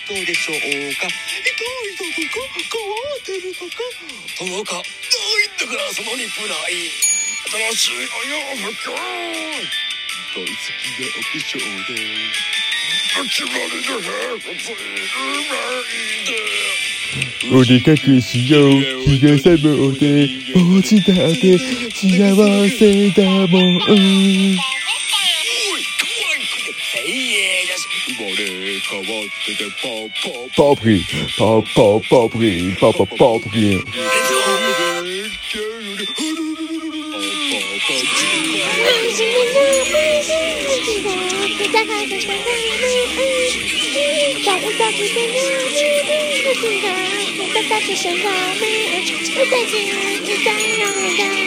人でしょうか。痛いだとか変わってるとかともかないんだから、そのリプライ新しいお洋服大好きなお化粧で決まりのヘアついお出かけしよう、日が寒うて、帽子だって幸せだもん。 生まれ変わっててポプリ、ポポポプリ、ポポポプリ。 在身上面，在心里，在让人家。